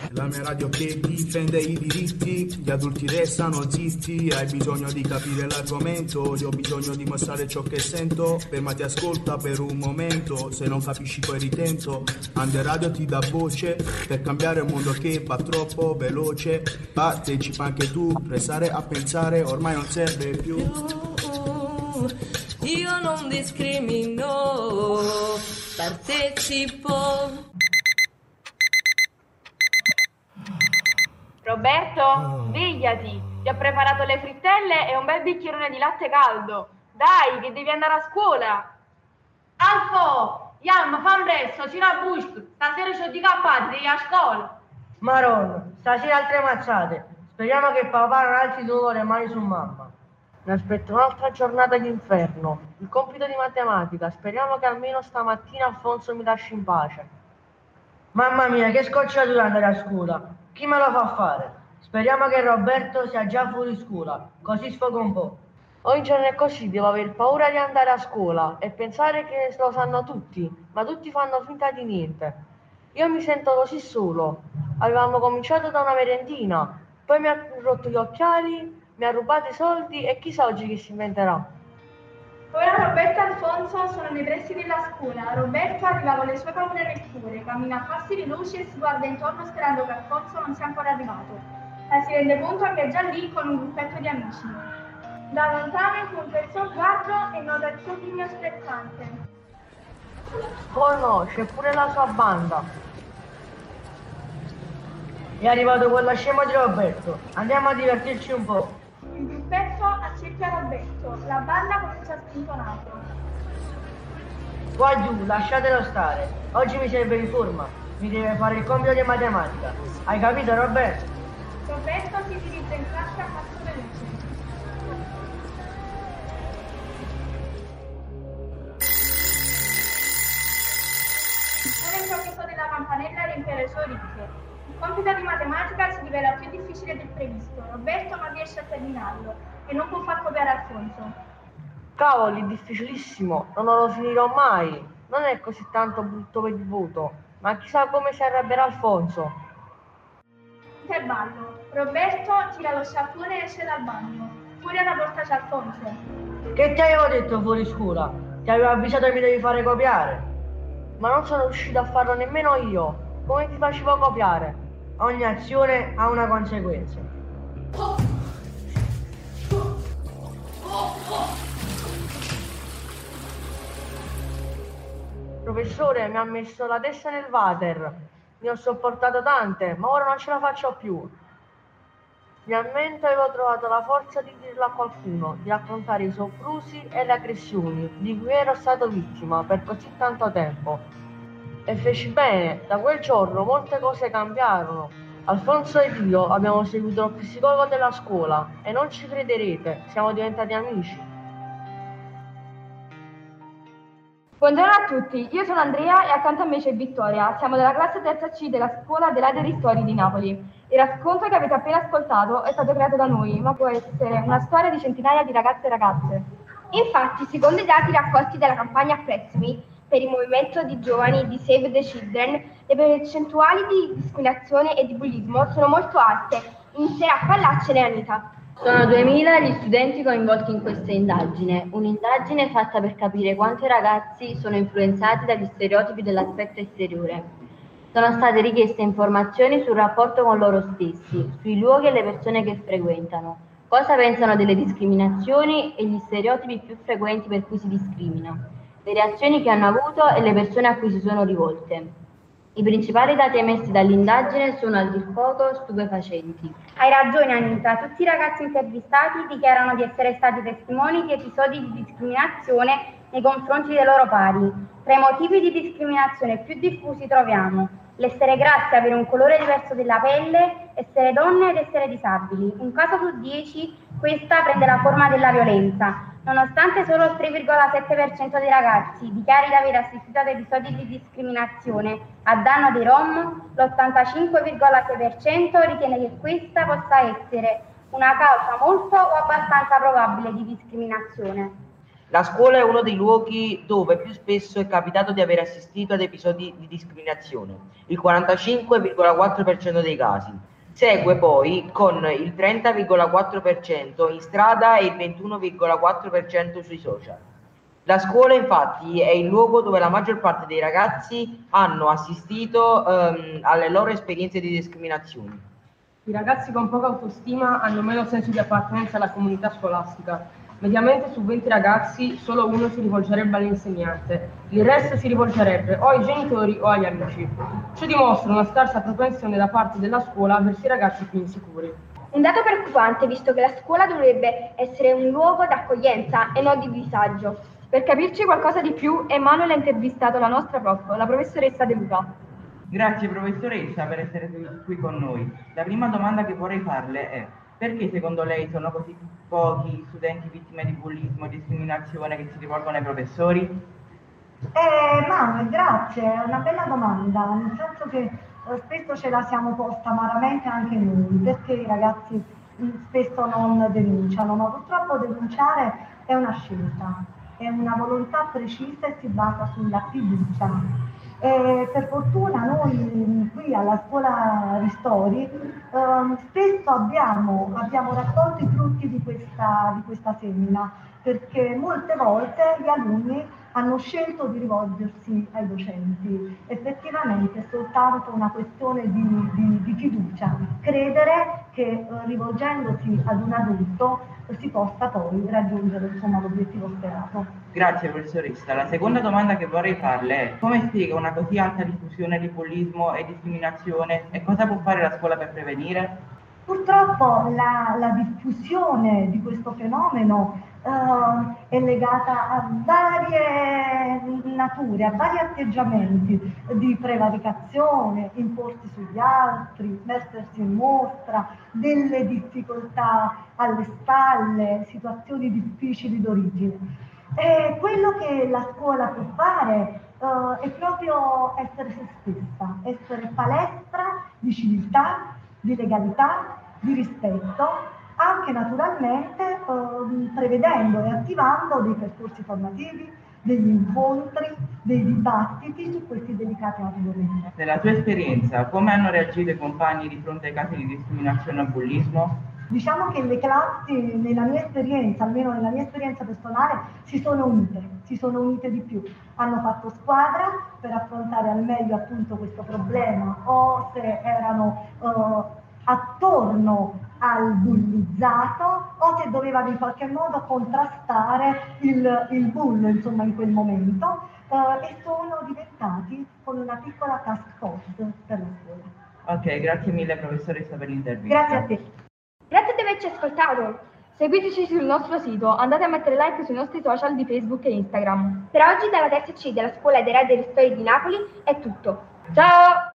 La mia radio che difende i diritti, gli adulti restano zitti, hai bisogno di capire l'argomento, io ho bisogno di mostrare ciò che sento, fermati ascolta per un momento, se non capisci poi ritento, Ande Radio ti dà voce, per cambiare un mondo che va troppo veloce, partecipa anche tu, restare a pensare ormai non serve più. Io non discrimino, partecipo. Roberto, svegliati! Ti ho preparato le frittelle e un bel bicchierone di latte caldo. Dai, che devi andare a scuola! Alfo! Yam, fan presto, sino a Bush! Stasera c'ho di cappati, devi a scuola! Maronna, stasera altre mazzate. Speriamo che papà non alzi di nuovo le mani su mamma. Mi aspetta un'altra giornata d'inferno. Il compito di matematica. Speriamo che almeno stamattina Alfonso mi lasci in pace. Mamma mia, che scocciatura andare a scuola. Chi me lo fa fare? Speriamo che Roberto sia già fuori scuola, così sfogo un po'. Ogni giorno è così, devo aver paura di andare a scuola e pensare che lo sanno tutti, ma tutti fanno finta di niente. Io mi sento così solo. Avevamo cominciato da una merendina, poi mi ha rotto gli occhiali, mi ha rubato i soldi e chissà oggi che si inventerà. Ora Roberto e Alfonso sono nei pressi della scuola. Roberto arriva con le sue paure nel cuore, cammina a passi veloci e si guarda intorno sperando che Alfonso non sia ancora arrivato. Ma si rende conto che è già lì con un gruppetto di amici. Da lontano incontra il suo sguardo e nota il suo ghigno sprezzante. Oh no, c'è pure la sua banda. È arrivato quello scemo di Roberto. Andiamo a divertirci un po'. Il gruppetto accerchia Roberto, la banda comincia a spintonare. Qua giù, lasciatelo stare. Oggi mi serve di forma. Mi deve fare il compito di matematica. Hai capito, Roberto? Roberto si dirige in classe a passo veloce. Ora improvviso della campanella riempie le sue orecchie. Il compito di matematica si rivela più difficile del previsto. Roberto non riesce a terminarlo e non può far copiare Alfonso. Cavoli, difficilissimo. Non lo finirò mai. Non è così tanto brutto per il voto. Ma chissà come si arrabbierà Alfonso. Intervallo. Roberto tira lo sciacquone e esce dal bagno. Fuori alla porta c'è Alfonso. Che ti avevo detto fuori scuola? Ti avevo avvisato che mi devi fare copiare. Ma non sono riuscito a farlo nemmeno io. Come ti facevo copiare? Ogni azione ha una conseguenza. Professore, mi ha messo la testa nel water. Ne ho sopportato tante, ma ora non ce la faccio più. Finalmente avevo trovato la forza di dirlo a qualcuno, di raccontare i soprusi e le aggressioni di cui ero stato vittima per così tanto tempo. E feci bene, da quel giorno molte cose cambiarono. Alfonso ed io abbiamo seguito lo psicologo della scuola e non ci crederete, siamo diventati amici. Buongiorno a tutti, io sono Andrea e accanto a me c'è Vittoria. Siamo della classe terza C della scuola dell'Ade Ristori di Napoli. Il racconto che avete appena ascoltato è stato creato da noi, ma può essere una storia di centinaia di ragazze e ragazze. Infatti, secondo i dati raccolti dalla campagna Apprezzami per il movimento di giovani di Save the Children, le percentuali di discriminazione e di bullismo sono molto alte. Inizierà a parlarcene Anita. Sono 2000 gli studenti coinvolti in questa indagine, un'indagine fatta per capire quanto i ragazzi sono influenzati dagli stereotipi dell'aspetto esteriore. Sono state richieste informazioni sul rapporto con loro stessi, sui luoghi e le persone che frequentano, cosa pensano delle discriminazioni e gli stereotipi più frequenti per cui si discrimina, le reazioni che hanno avuto e le persone a cui si sono rivolte. I principali dati emessi dall'indagine sono a dir poco stupefacenti. Hai ragione Anita, tutti i ragazzi intervistati dichiarano di essere stati testimoni di episodi di discriminazione nei confronti dei loro pari. Tra i motivi di discriminazione più diffusi troviamo l'essere grassi, avere un colore diverso della pelle, essere donne ed essere disabili. Un caso su 10 questa prende la forma della violenza. Nonostante solo il 3,7% dei ragazzi dichiari di aver assistito ad episodi di discriminazione a danno dei Rom, l'85,6% ritiene che questa possa essere una causa molto o abbastanza probabile di discriminazione. La scuola è uno dei luoghi dove più spesso è capitato di aver assistito ad episodi di discriminazione, il 45,4% dei casi. Segue poi con il 30,4% in strada e il 21,4% sui social. La scuola infatti è il luogo dove la maggior parte dei ragazzi hanno assistito alle loro esperienze di discriminazione. I ragazzi con poca autostima hanno meno senso di appartenenza alla comunità scolastica. Mediamente su 20 ragazzi solo uno si rivolgerebbe all'insegnante, il resto si rivolgerebbe o ai genitori o agli amici. Ciò dimostra una scarsa propensione da parte della scuola verso i ragazzi più insicuri. Un dato preoccupante, visto che la scuola dovrebbe essere un luogo d'accoglienza e non di disagio. Per capirci qualcosa di più, Emanuele ha intervistato la nostra prof, la professoressa De Luca. Grazie professoressa per essere qui con noi. La prima domanda che vorrei farle è: perché secondo lei sono così pochi studenti vittime di bullismo e discriminazione che si rivolgono ai professori? Manuel, grazie, è una bella domanda, nel senso che spesso ce la siamo posta amaramente anche noi, perché i ragazzi spesso non denunciano, ma purtroppo denunciare è una scelta, è una volontà precisa e si basa sulla fiducia. Per fortuna noi qui alla scuola Ristori spesso abbiamo raccolto i frutti di questa semina, perché molte volte gli alunni hanno scelto di rivolgersi ai docenti. Effettivamente è soltanto una questione di fiducia, credere che rivolgendosi ad un adulto si possa poi raggiungere l'obiettivo sperato. Grazie professoressa. La seconda domanda che vorrei farle è: come spiega una così alta diffusione di bullismo e discriminazione e cosa può fare la scuola per prevenire? Purtroppo la diffusione di questo fenomeno è legata a varie nature, a vari atteggiamenti di prevaricazione, imporsi sugli altri, mettersi in mostra, delle difficoltà alle spalle, situazioni difficili d'origine. Quello che la scuola può fare è proprio essere se stessa, essere palestra di civiltà, di legalità, di rispetto, anche naturalmente prevedendo e attivando dei percorsi formativi, degli incontri, dei dibattiti su questi delicati argomenti. Nella tua esperienza, come hanno reagito i compagni di fronte ai casi di discriminazione e bullismo? Diciamo che le classi, nella mia esperienza, almeno nella mia esperienza personale, si sono unite di più. Hanno fatto squadra per affrontare al meglio appunto questo problema, o se erano attorno al bullizzato o se dovevano in qualche modo contrastare il bullo, insomma, in quel momento, e sono diventati con una piccola task force per la scuola. Ok, grazie mille professoressa per l'intervista. Grazie a te. Grazie di averci ascoltato. Seguiteci sul nostro sito, andate a mettere like sui nostri social di Facebook e Instagram. Per oggi dalla terza C della Scuola dei Re dei Ristori di Napoli è tutto. Ciao!